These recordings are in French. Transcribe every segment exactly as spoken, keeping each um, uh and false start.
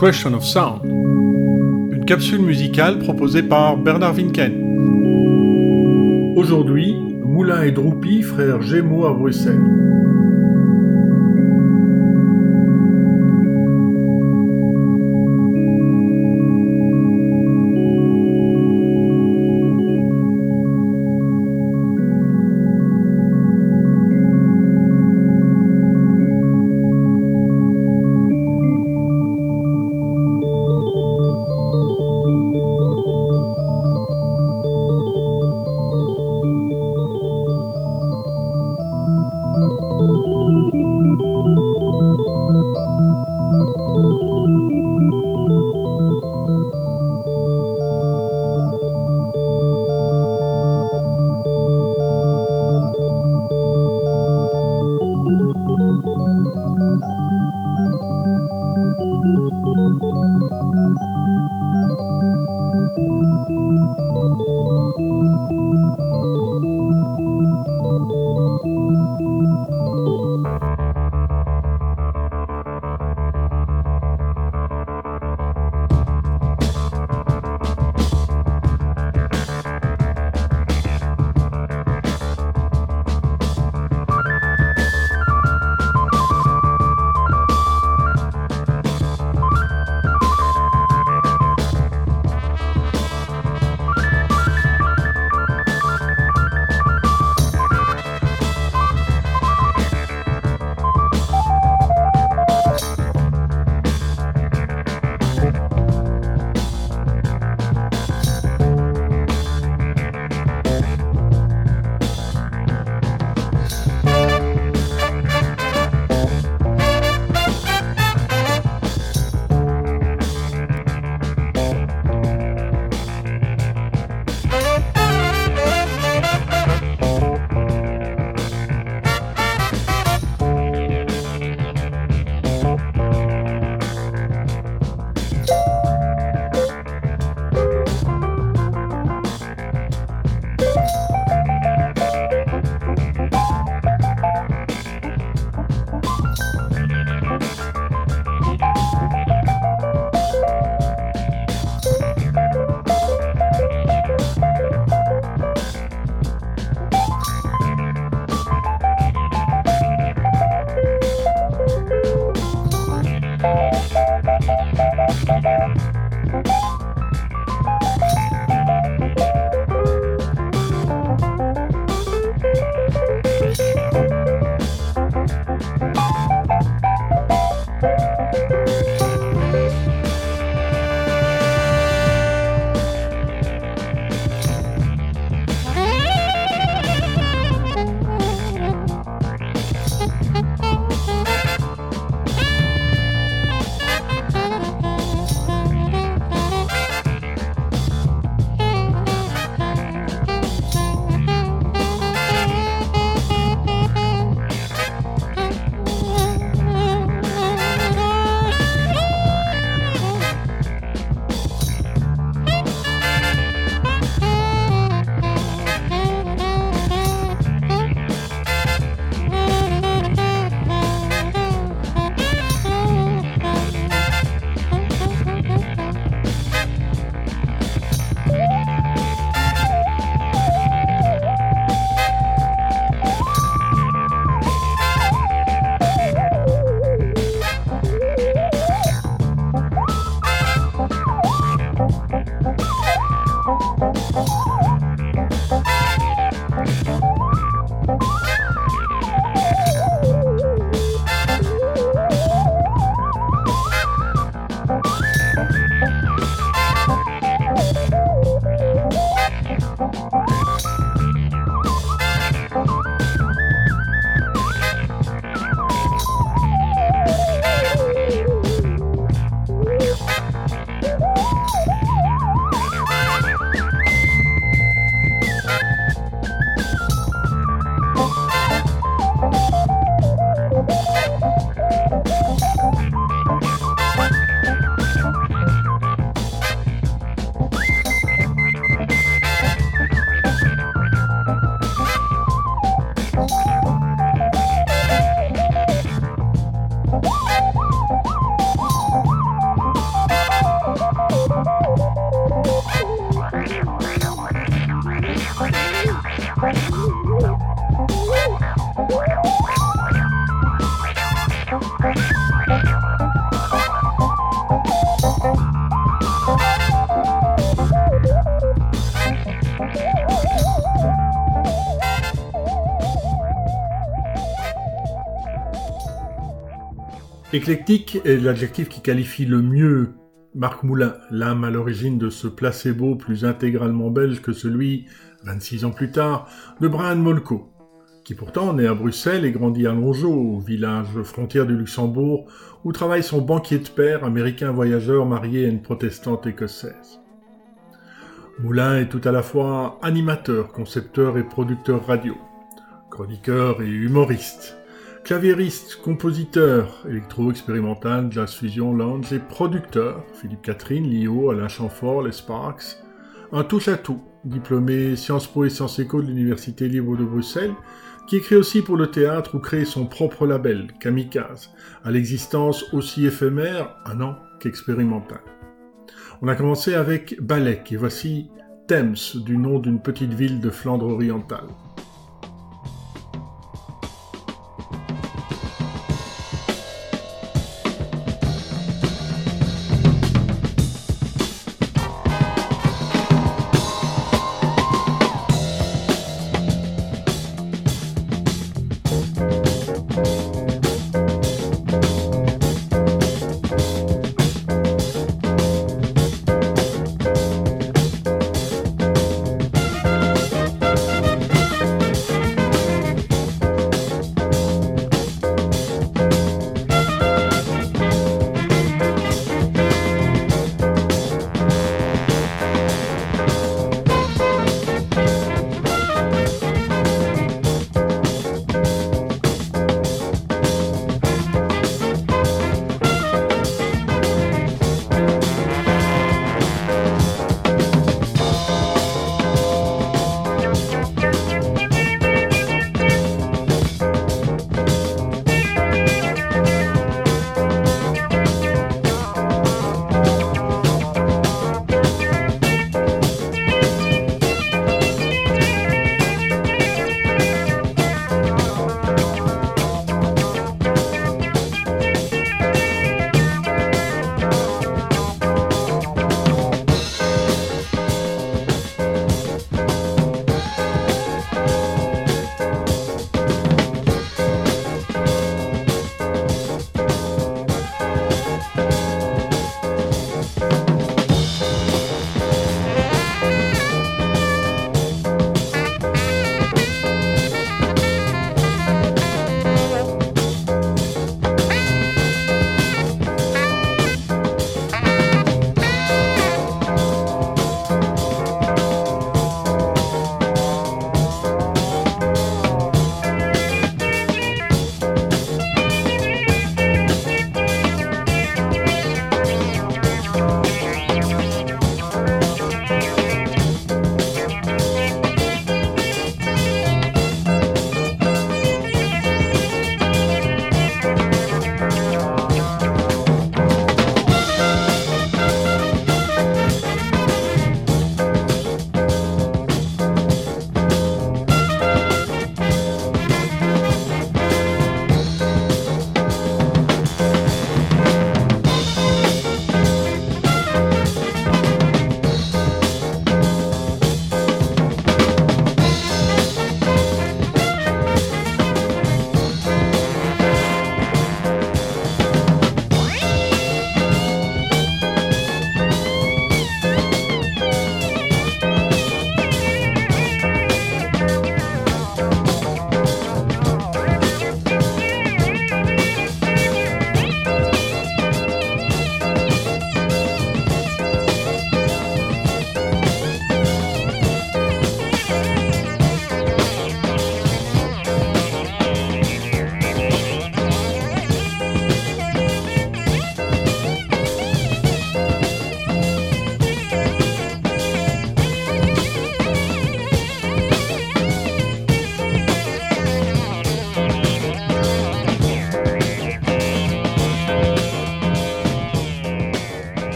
Question of Sound, une capsule musicale proposée par Bernard Winken. Aujourd'hui, Moulin et Droupi, frères Gémeaux à Bruxelles. Thank you. Éclectique est l'adjectif qui qualifie le mieux Marc Moulin, l'âme à l'origine de ce placebo plus intégralement belge que celui, vingt-six ans plus tard, de Brian Molko, qui pourtant naît à Bruxelles et grandit à Longeau, village frontière du Luxembourg, où travaille son banquier de père, américain voyageur marié à une protestante écossaise. Moulin est tout à la fois animateur, concepteur et producteur radio, chroniqueur et humoriste, claviériste, compositeur, électro-expérimental, jazz fusion, lounge et producteur, Philippe Catherine, Lio, Alain Chamfort, les Sparks, un touche-à-tout, diplômé Sciences Po et Sciences Éco de l'Université libre de Bruxelles, qui écrit aussi pour le théâtre ou crée son propre label, Kamikaze, à l'existence aussi éphémère, un an, qu'expérimentale. On a commencé avec Balek et voici Thames, du nom d'une petite ville de Flandre orientale.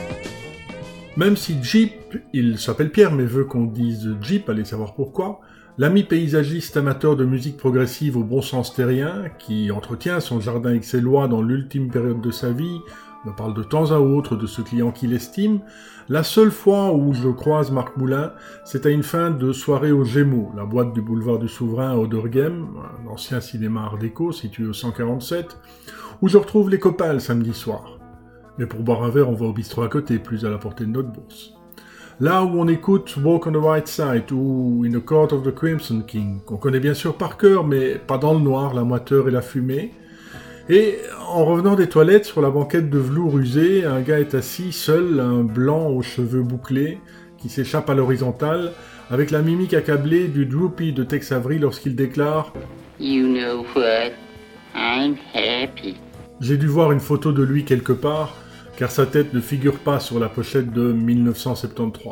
Même si Jeep, il s'appelle Pierre mais veut qu'on dise Jeep, allez savoir pourquoi, L'ami paysagiste amateur de musique progressive au bon sens terrien, qui entretient son jardin excellois dans l'ultime période de sa vie, me parle de temps à autre de ce client qu'il estime. La seule fois où je croise Marc Moulin, c'est à une fin de soirée aux Gémeaux, la boîte du boulevard du Souverain à Oderghem, un ancien cinéma art déco situé au cent quarante-sept, où je retrouve les copains le samedi soir. Mais pour boire un verre, on va au bistrot à côté, plus à la portée de notre bourse. Là où on écoute Walk on the Right Side ou In the Court of the Crimson King, qu'on connaît bien sûr par cœur, mais pas dans le noir, la moiteur et la fumée. Et en revenant des toilettes, sur la banquette de velours usé, un gars est assis, seul, un blanc aux cheveux bouclés, qui s'échappe à l'horizontale, avec la mimique accablée du Droopy de Tex Avery lorsqu'il déclare « You know what? I'm happy ». J'ai dû voir une photo de lui quelque part, car sa tête ne figure pas sur la pochette de mille neuf cent soixante-treize.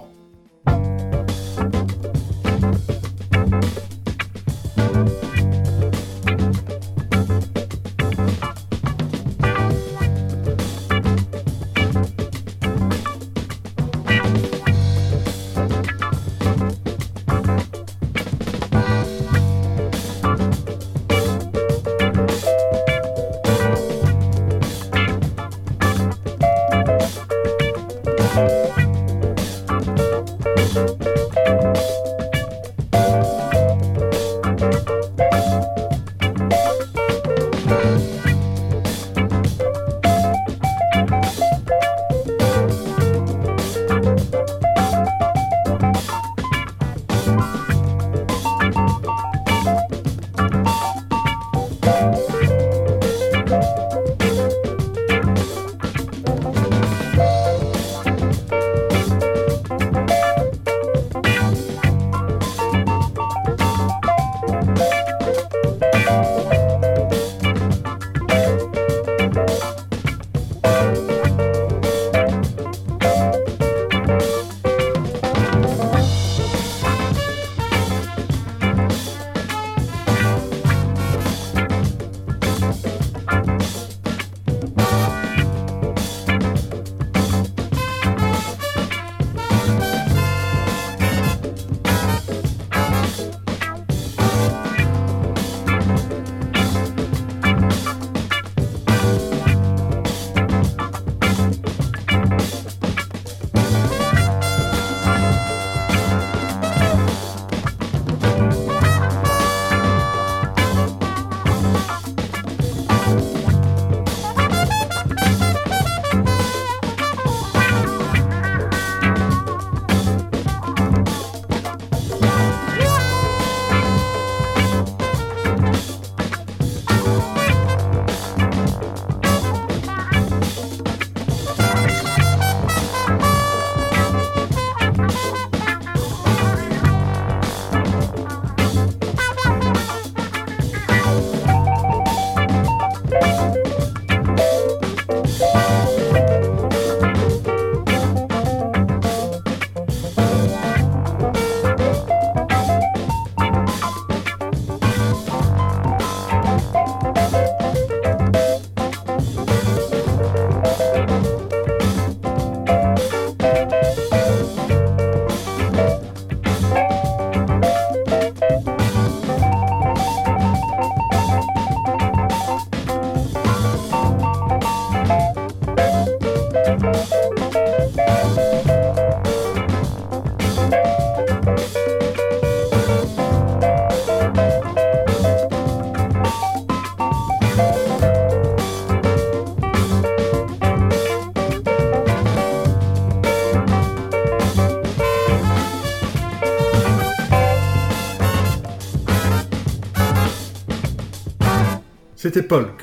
C'était Polk.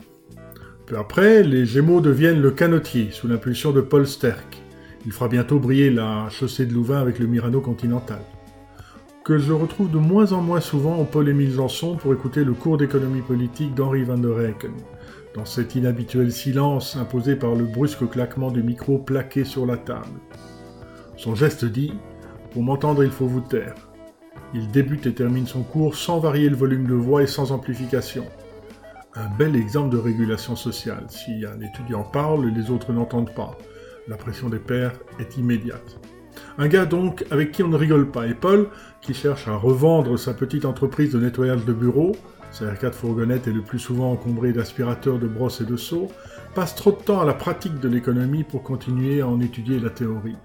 Peu après, les Gémeaux deviennent le Canotier, sous l'impulsion de Paul Sterck. Il fera bientôt briller la chaussée de Louvain avec le Murano Continental. Que je retrouve de moins en moins souvent au Paul-Émile Janson pour écouter le cours d'économie politique d'Henri van der Eycken, dans cet inhabituel silence imposé par le brusque claquement du micro plaqué sur la table. Son geste dit « Pour m'entendre, il faut vous taire ». Il débute et termine son cours sans varier le volume de voix et sans amplification. Un bel exemple de régulation sociale. Si un étudiant parle, les autres n'entendent pas. La pression des pairs est immédiate. Un gars donc avec qui on ne rigole pas. Et Paul, qui cherche à revendre sa petite entreprise de nettoyage de bureau, C R quatre fourgonnette est le plus souvent encombré d'aspirateurs, de brosses et de seaux, passe trop de temps à la pratique de l'économie pour continuer à en étudier la théorie.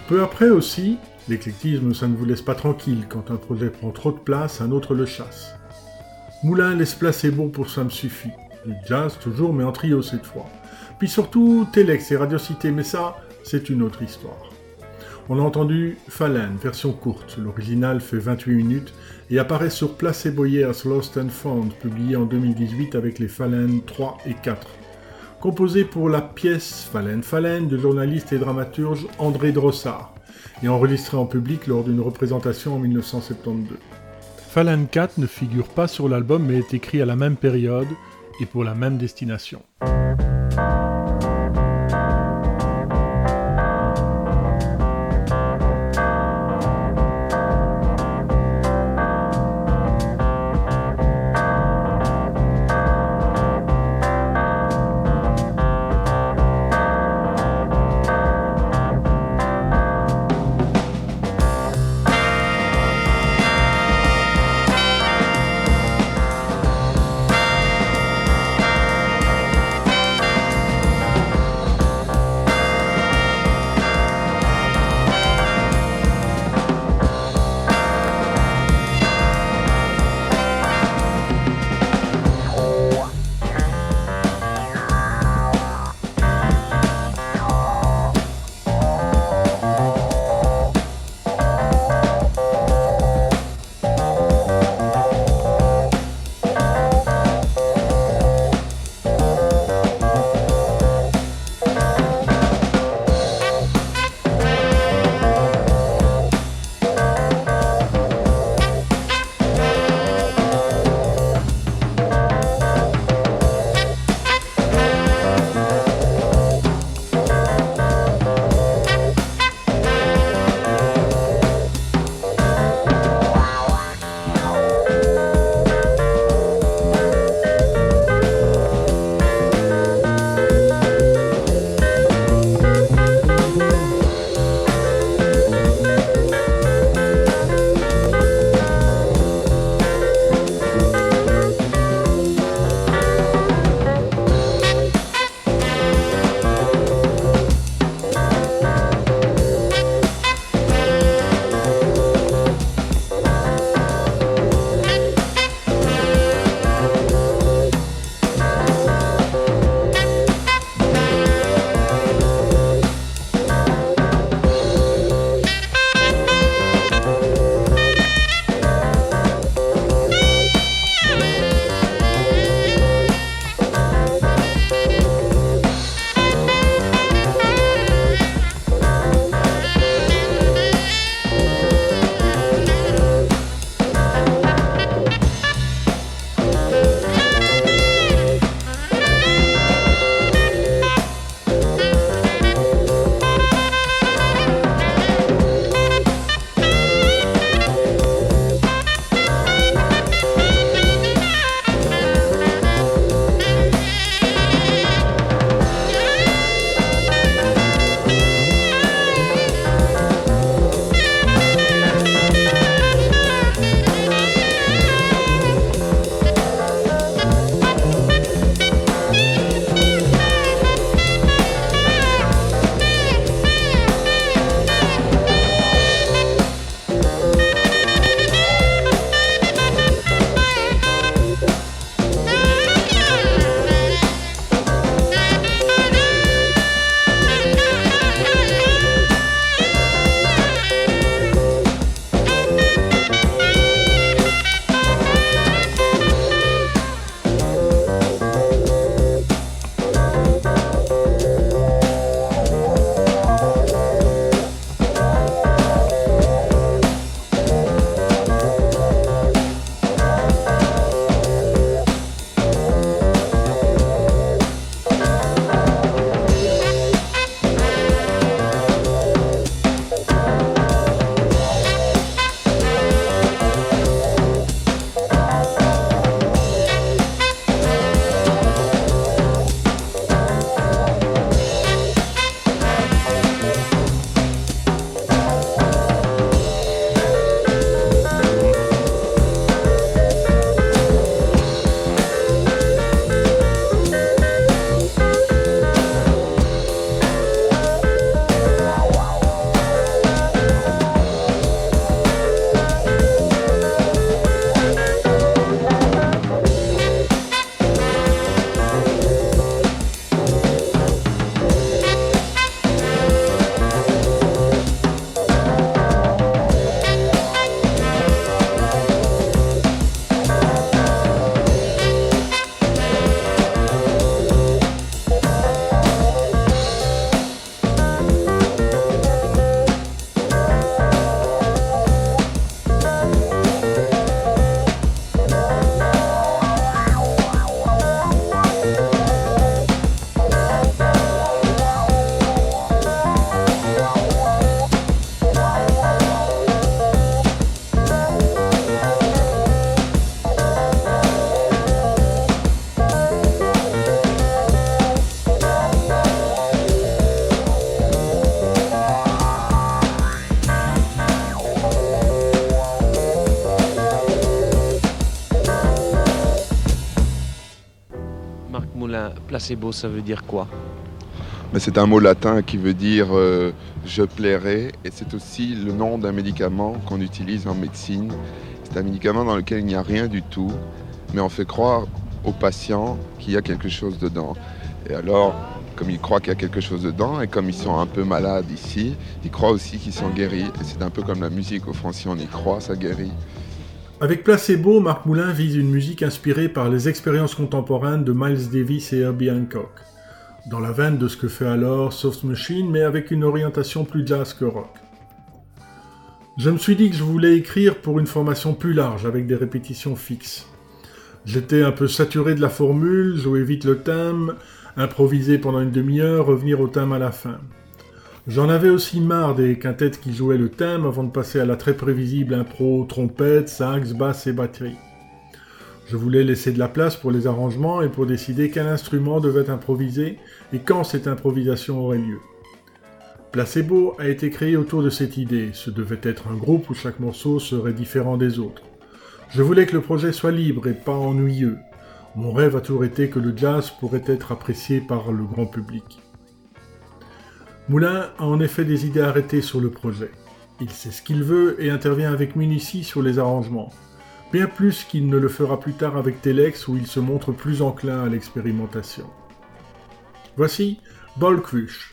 Peu après aussi, l'éclectisme ça ne vous laisse pas tranquille, quand un projet prend trop de place, un autre le chasse. Moulin laisse Placebo pour Ça me suffit, du jazz toujours mais en trio cette fois. Puis surtout Telex et Radio Cité, mais ça, c'est une autre histoire. On a entendu Phalanx, version courte, l'original fait vingt-huit minutes et apparaît sur Placebo Years Lost and Found, publié en deux mille dix-huit avec les Phalanx trois et quatre. Composé pour la pièce Phalanx Phalanx de journaliste et dramaturge André Drossard, et enregistré en public lors d'une représentation en dix-neuf cent soixante-douze. Phalanx quatre ne figure pas sur l'album mais est écrit à la même période et pour la même destination. Moulin, placebo, ça veut dire quoi? Mais c'est un mot latin qui veut dire euh, je plairai, et c'est aussi le nom d'un médicament qu'on utilise en médecine. C'est un médicament dans lequel il n'y a rien du tout, mais on fait croire aux patients qu'il y a quelque chose dedans. Et alors, comme ils croient qu'il y a quelque chose dedans, et comme ils sont un peu malades ici, ils croient aussi qu'ils sont guéris. Et c'est un peu comme la musique, au fond, si on y croit, ça guérit. Avec Placebo, Marc Moulin vise une musique inspirée par les expériences contemporaines de Miles Davis et Herbie Hancock, dans la veine de ce que fait alors Soft Machine, mais avec une orientation plus jazz que rock. Je me suis dit que je voulais écrire pour une formation plus large, avec des répétitions fixes. J'étais un peu saturé de la formule, jouer vite le thème, improviser pendant une demi-heure, revenir au thème à la fin. J'en avais aussi marre des quintettes qui jouaient le thème avant de passer à la très prévisible impro, trompette, sax, basse et batterie. Je voulais laisser de la place pour les arrangements et pour décider quel instrument devait improviser et quand cette improvisation aurait lieu. Placebo a été créé autour de cette idée. Ce devait être un groupe où chaque morceau serait différent des autres. Je voulais que le projet soit libre et pas ennuyeux. Mon rêve a toujours été que le jazz pourrait être apprécié par le grand public. Moulin a en effet des idées arrêtées sur le projet. Il sait ce qu'il veut et intervient avec minutie sur les arrangements. Bien plus qu'il ne le fera plus tard avec Telex où il se montre plus enclin à l'expérimentation. Voici Bolkvush.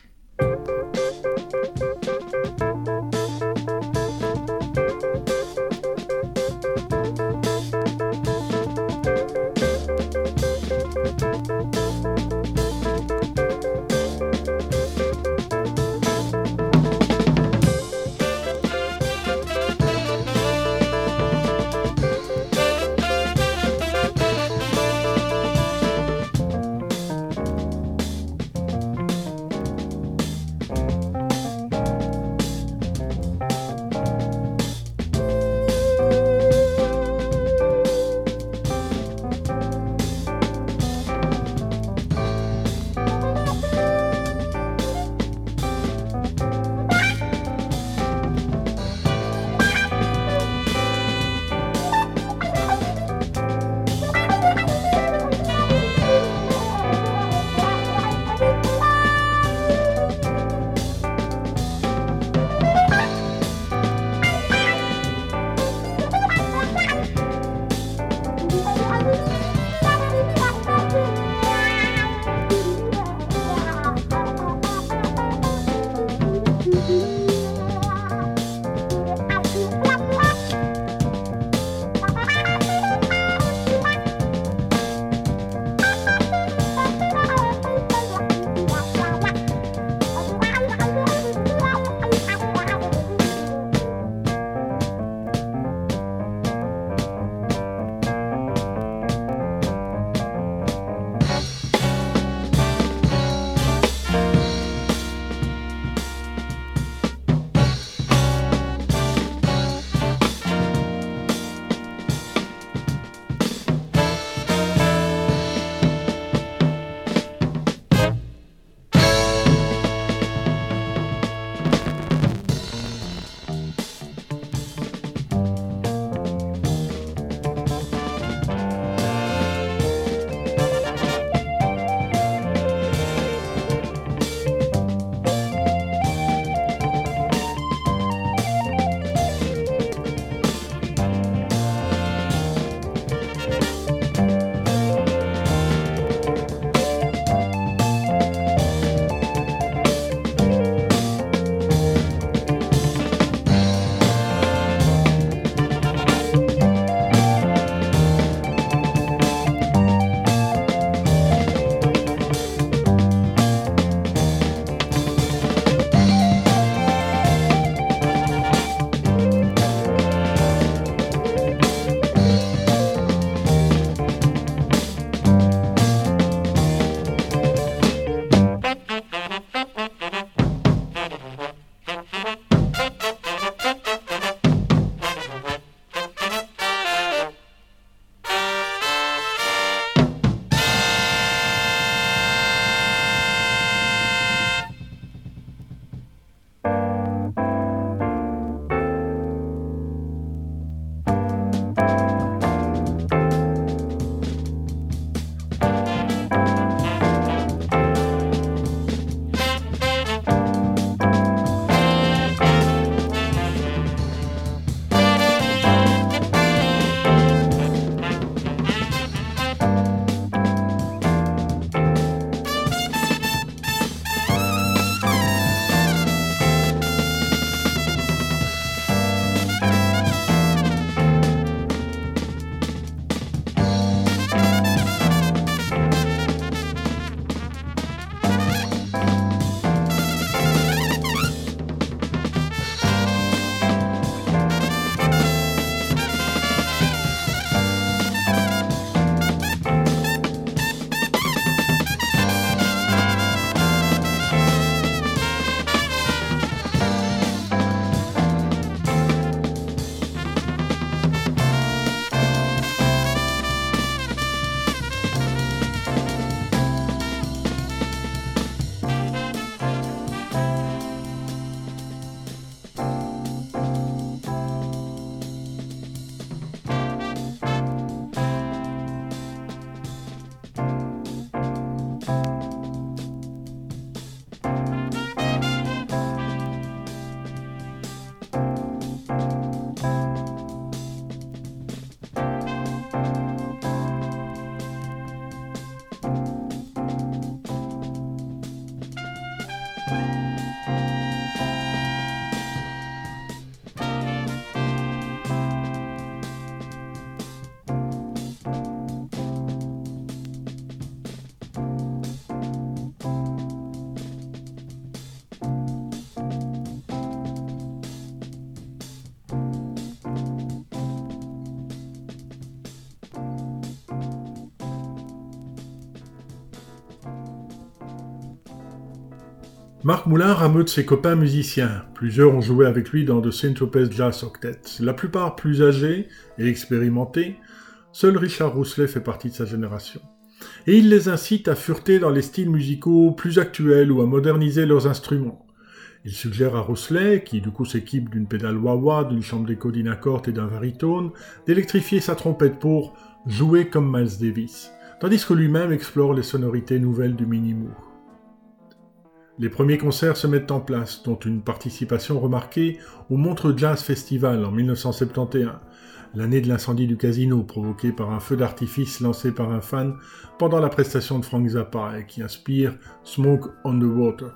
Marc Moulin rameute ses copains musiciens. Plusieurs ont joué avec lui dans The Saint-Tropez Jazz Octet. La plupart plus âgés et expérimentés, seul Richard Rousselet fait partie de sa génération. Et il les incite à fureter dans les styles musicaux plus actuels ou à moderniser leurs instruments. Il suggère à Rousselet, qui du coup s'équipe d'une pédale wah-wah, d'une chambre d'écho d'Inacort et d'un varitone, d'électrifier sa trompette pour jouer comme Miles Davis, tandis que lui-même explore les sonorités nouvelles du mini-moore. Les premiers concerts se mettent en place, dont une participation remarquée au Montreux Jazz Festival en dix-neuf cent soixante et onze, l'année de l'incendie du casino provoqué par un feu d'artifice lancé par un fan pendant la prestation de Frank Zappa et qui inspire Smoke on the Water.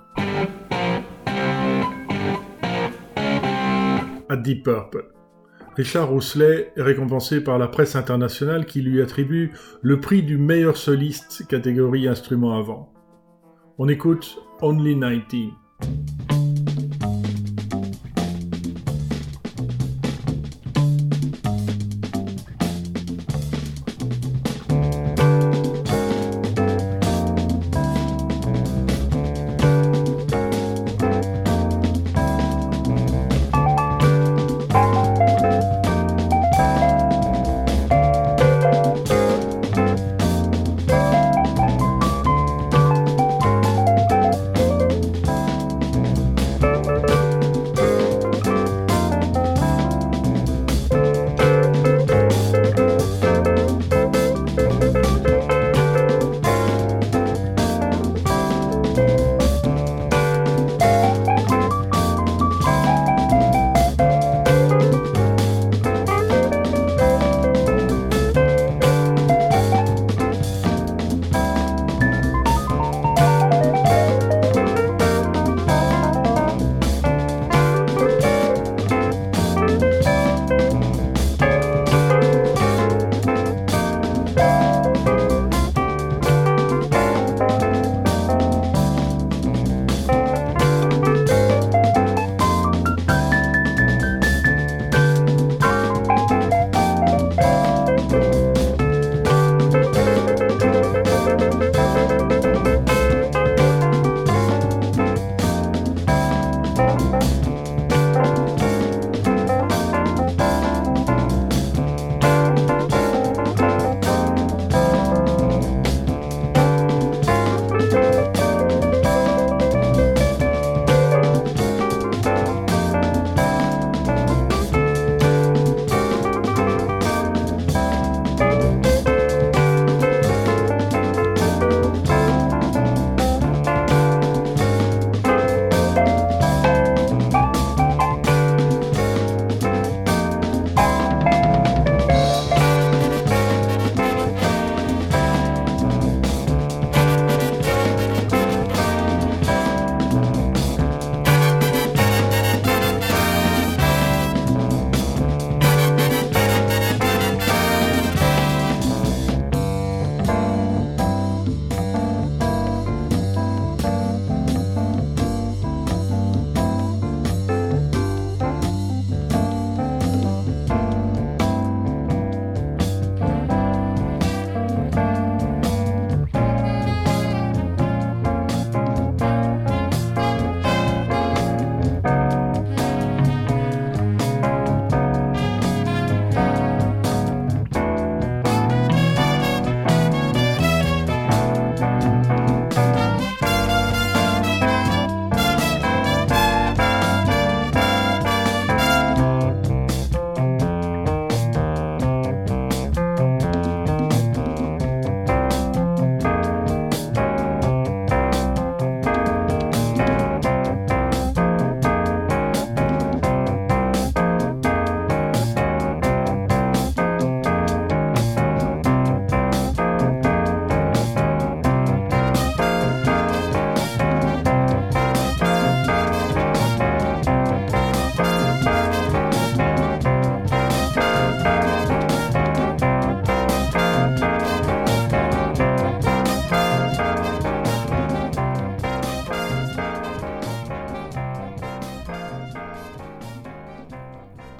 À Deep Purple. Richard Rousselet est récompensé par la presse internationale qui lui attribue le prix du meilleur soliste catégorie instrument avant. On écoute Only dix-neuf.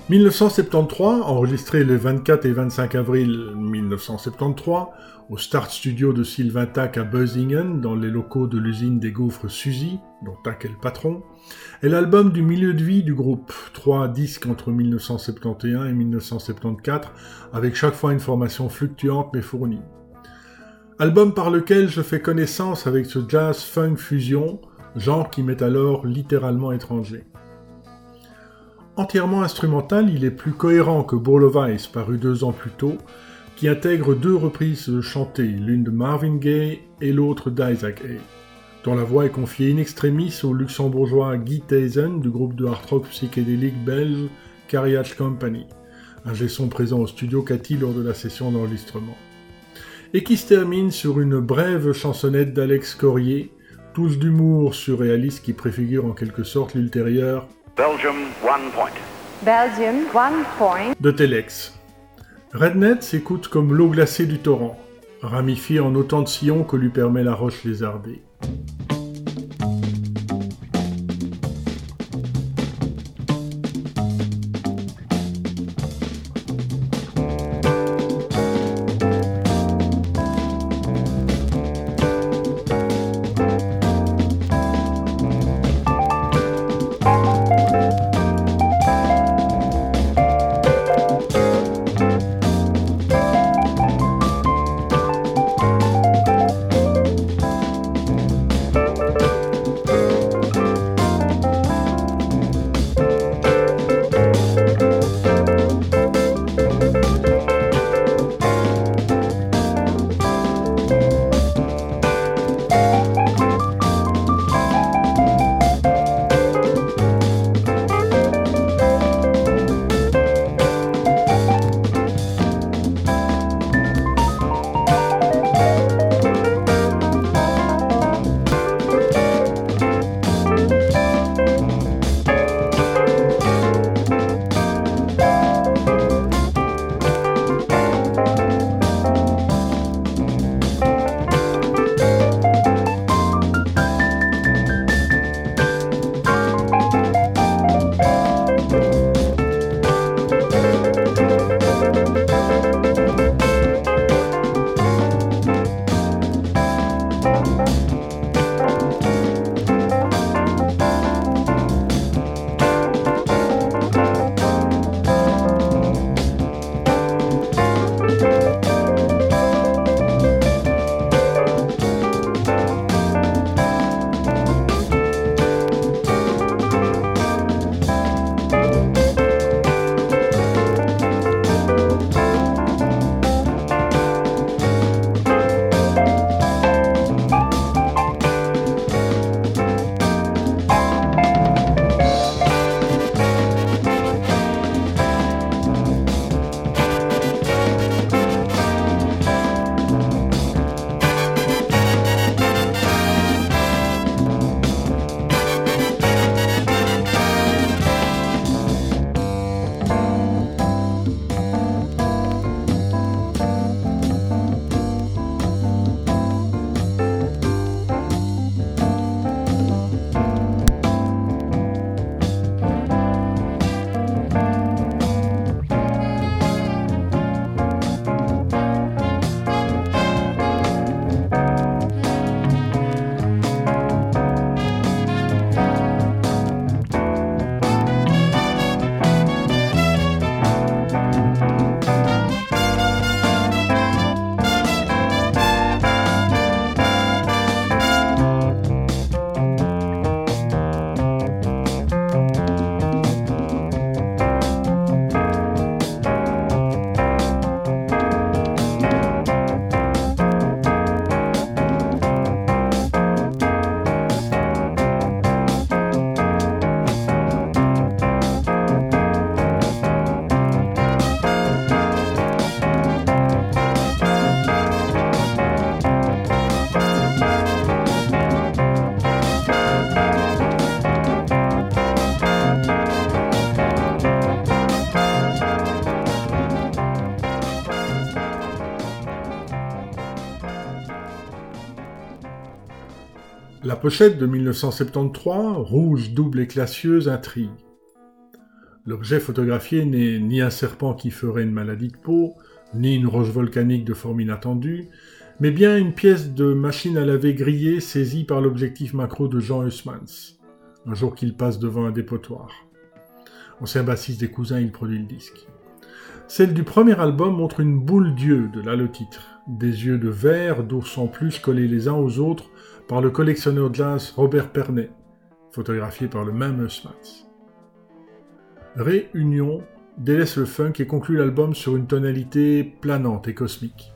mille neuf cent soixante-treize, enregistré les vingt-quatre et vingt-cinq avril mille neuf cent soixante-treize, au Start Studio de Sylvain Tack à Bösingen, dans les locaux de l'usine des gaufres Suzy, dont Tack est le patron, est l'album du milieu de vie du groupe, trois disques entre mille neuf cent soixante et un et mille neuf cent soixante-quatorze, avec chaque fois une formation fluctuante mais fournie. Album par lequel je fais connaissance avec ce jazz-funk fusion, genre qui m'est alors littéralement étranger. Entièrement instrumental, il est plus cohérent que Ball of Ice, paru deux ans plus tôt, qui intègre deux reprises chantées, l'une de Marvin Gaye et l'autre d'Isaac Hayes, dont la voix est confiée in extremis au luxembourgeois Guy Thaysen du groupe de hard rock psychédélique belge Carriage Company, ingé son présent au studio Cathy lors de la session d'enregistrement, et qui se termine sur une brève chansonnette d'Alex Corrier, touche d'humour surréaliste qui préfigure en quelque sorte l'ultérieur Belgium, one point. Belgium, one point. de Telex. Rednet s'écoute comme l'eau glacée du torrent, ramifiée en autant de sillons que lui permet la roche lézardée. La pochette de mille neuf cent soixante-treize, rouge double éclatieuse, intrigue. L'objet photographié n'est ni un serpent qui ferait une maladie de peau, ni une roche volcanique de forme inattendue, mais bien une pièce de machine à laver grillée saisie par l'objectif macro de Jean Husmans, un jour qu'il passe devant un dépotoir. Ancien bassiste des Cousins, il produit le disque. Celle du premier album montre une boule d'yeux, de là le titre, des yeux de verre d'ours en plus collés les uns aux autres par le collectionneur de jazz Robert Pernet, photographié par le même Husmans. Réunion délaisse le funk et conclut l'album sur une tonalité planante et cosmique.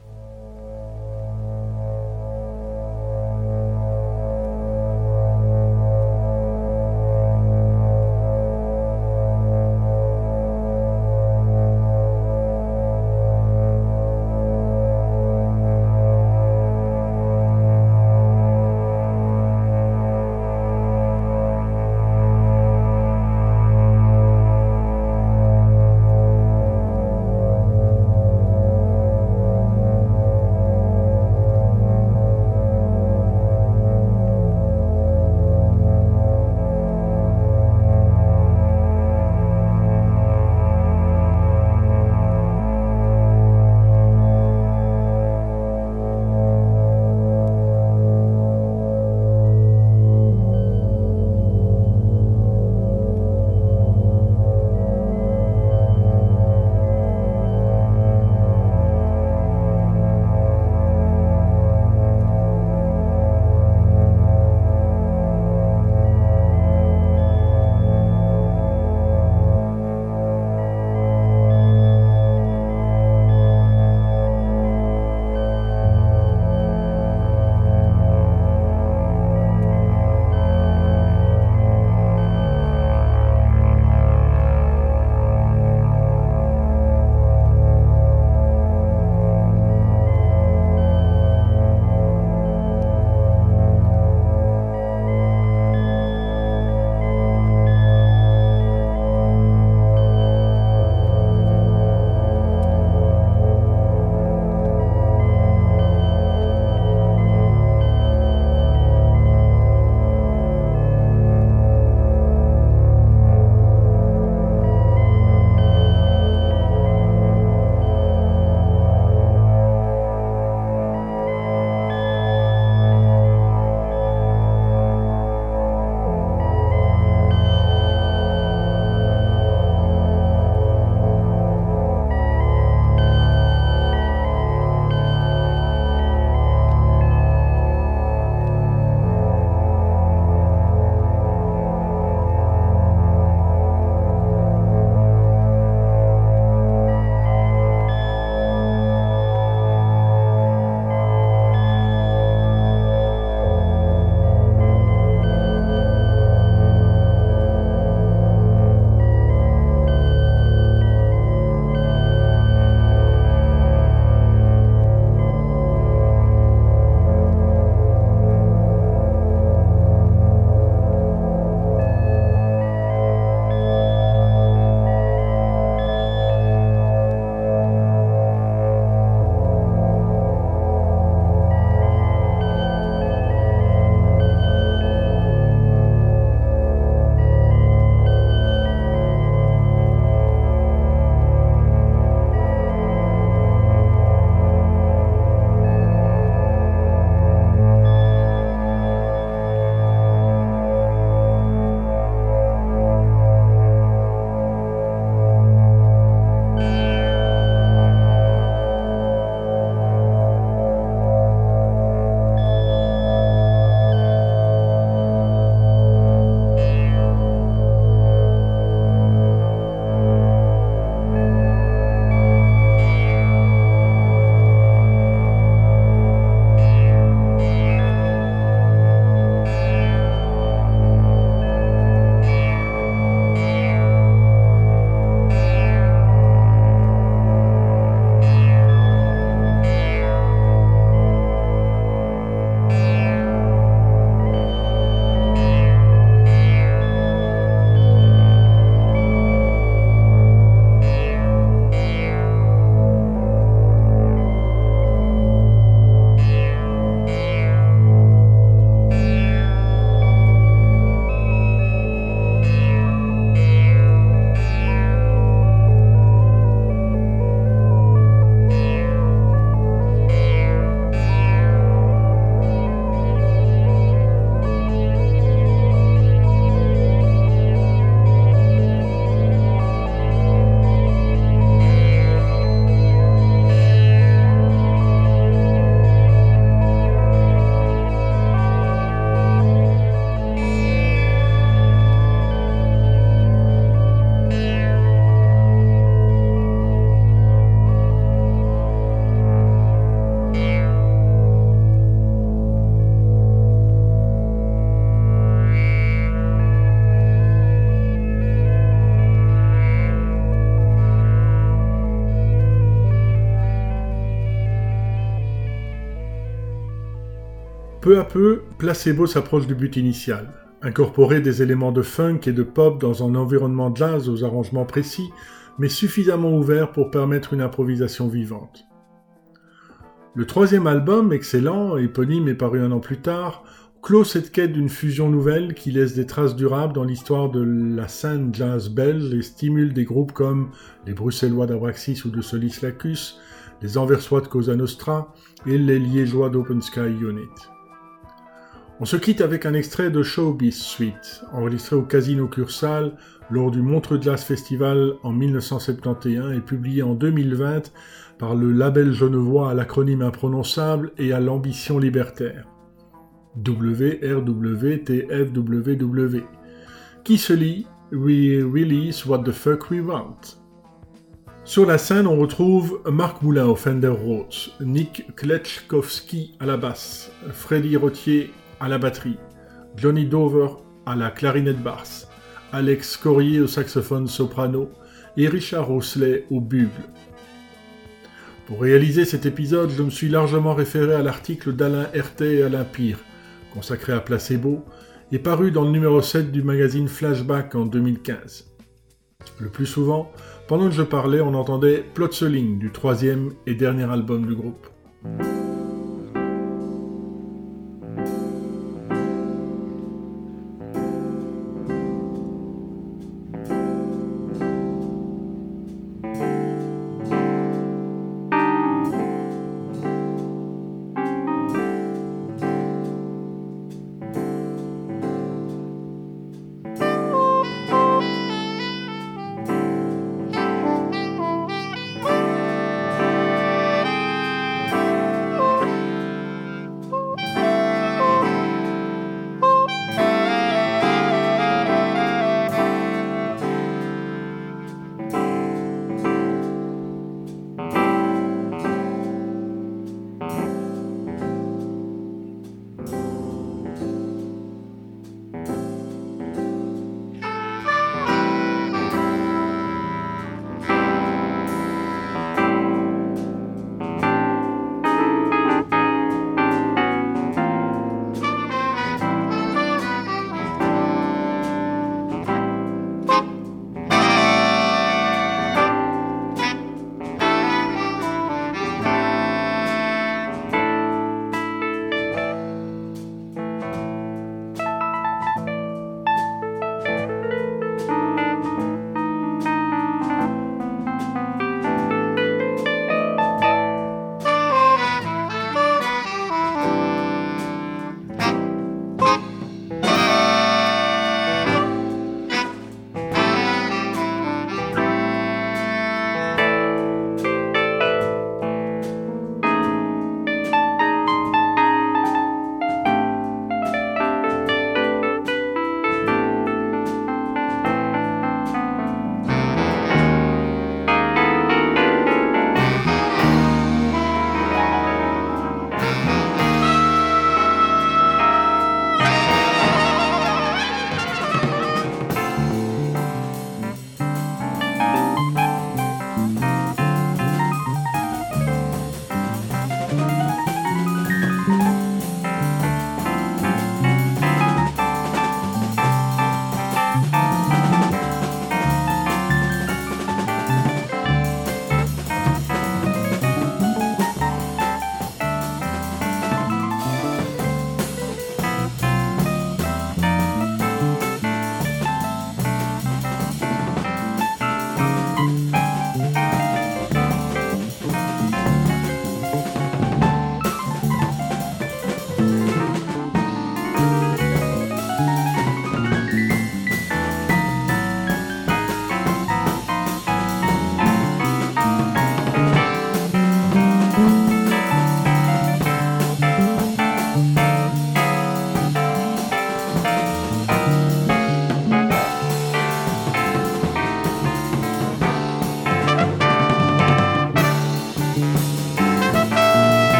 Peu à peu, Placebo s'approche du but initial. Incorporer des éléments de funk et de pop dans un environnement jazz aux arrangements précis, mais suffisamment ouvert pour permettre une improvisation vivante. Le troisième album, excellent, éponyme et paru un an plus tard, clôt cette quête d'une fusion nouvelle qui laisse des traces durables dans l'histoire de la scène jazz belge et stimule des groupes comme les Bruxellois d'Abraxas ou de Solis Lacus, les Anversois de Cosa Nostra et les Liégeois d'Open Sky Unit. On se quitte avec un extrait de Showbiz Suite, enregistré au Casino Cursal lors du Montreux Jazz Festival en dix-neuf cent soixante et onze et publié en deux mille vingt par le label genevois à l'acronyme imprononçable et à l'ambition libertaire. W R W T F W W, qui se lit « We release what the fuck we want ». Sur la scène, on retrouve Marc Moulin au Fender Rhodes, Nick Kletchkowski à la basse, Freddy Rottier à la batterie, Johnny Dover à la clarinette basse, Alex Corrier au saxophone soprano et Richard Rousselet au bugle. Pour réaliser cet épisode, je me suis largement référé à l'article d'Alain Herté et Alain Pire, consacré à Placebo, et paru dans le numéro sept du magazine Flashback en deux mille quinze. Le plus souvent, pendant que je parlais, on entendait Plotseling du troisième et dernier album du groupe.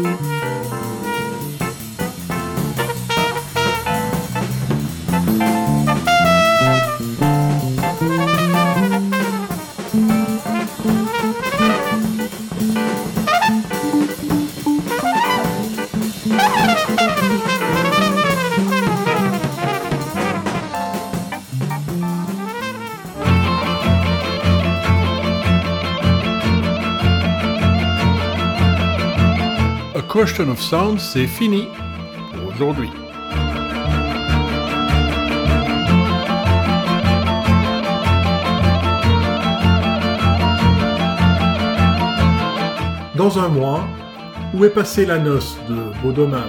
A Question of Sound, c'est fini pour aujourd'hui. Dans un mois, où est passée la noce de Beau Dommage ?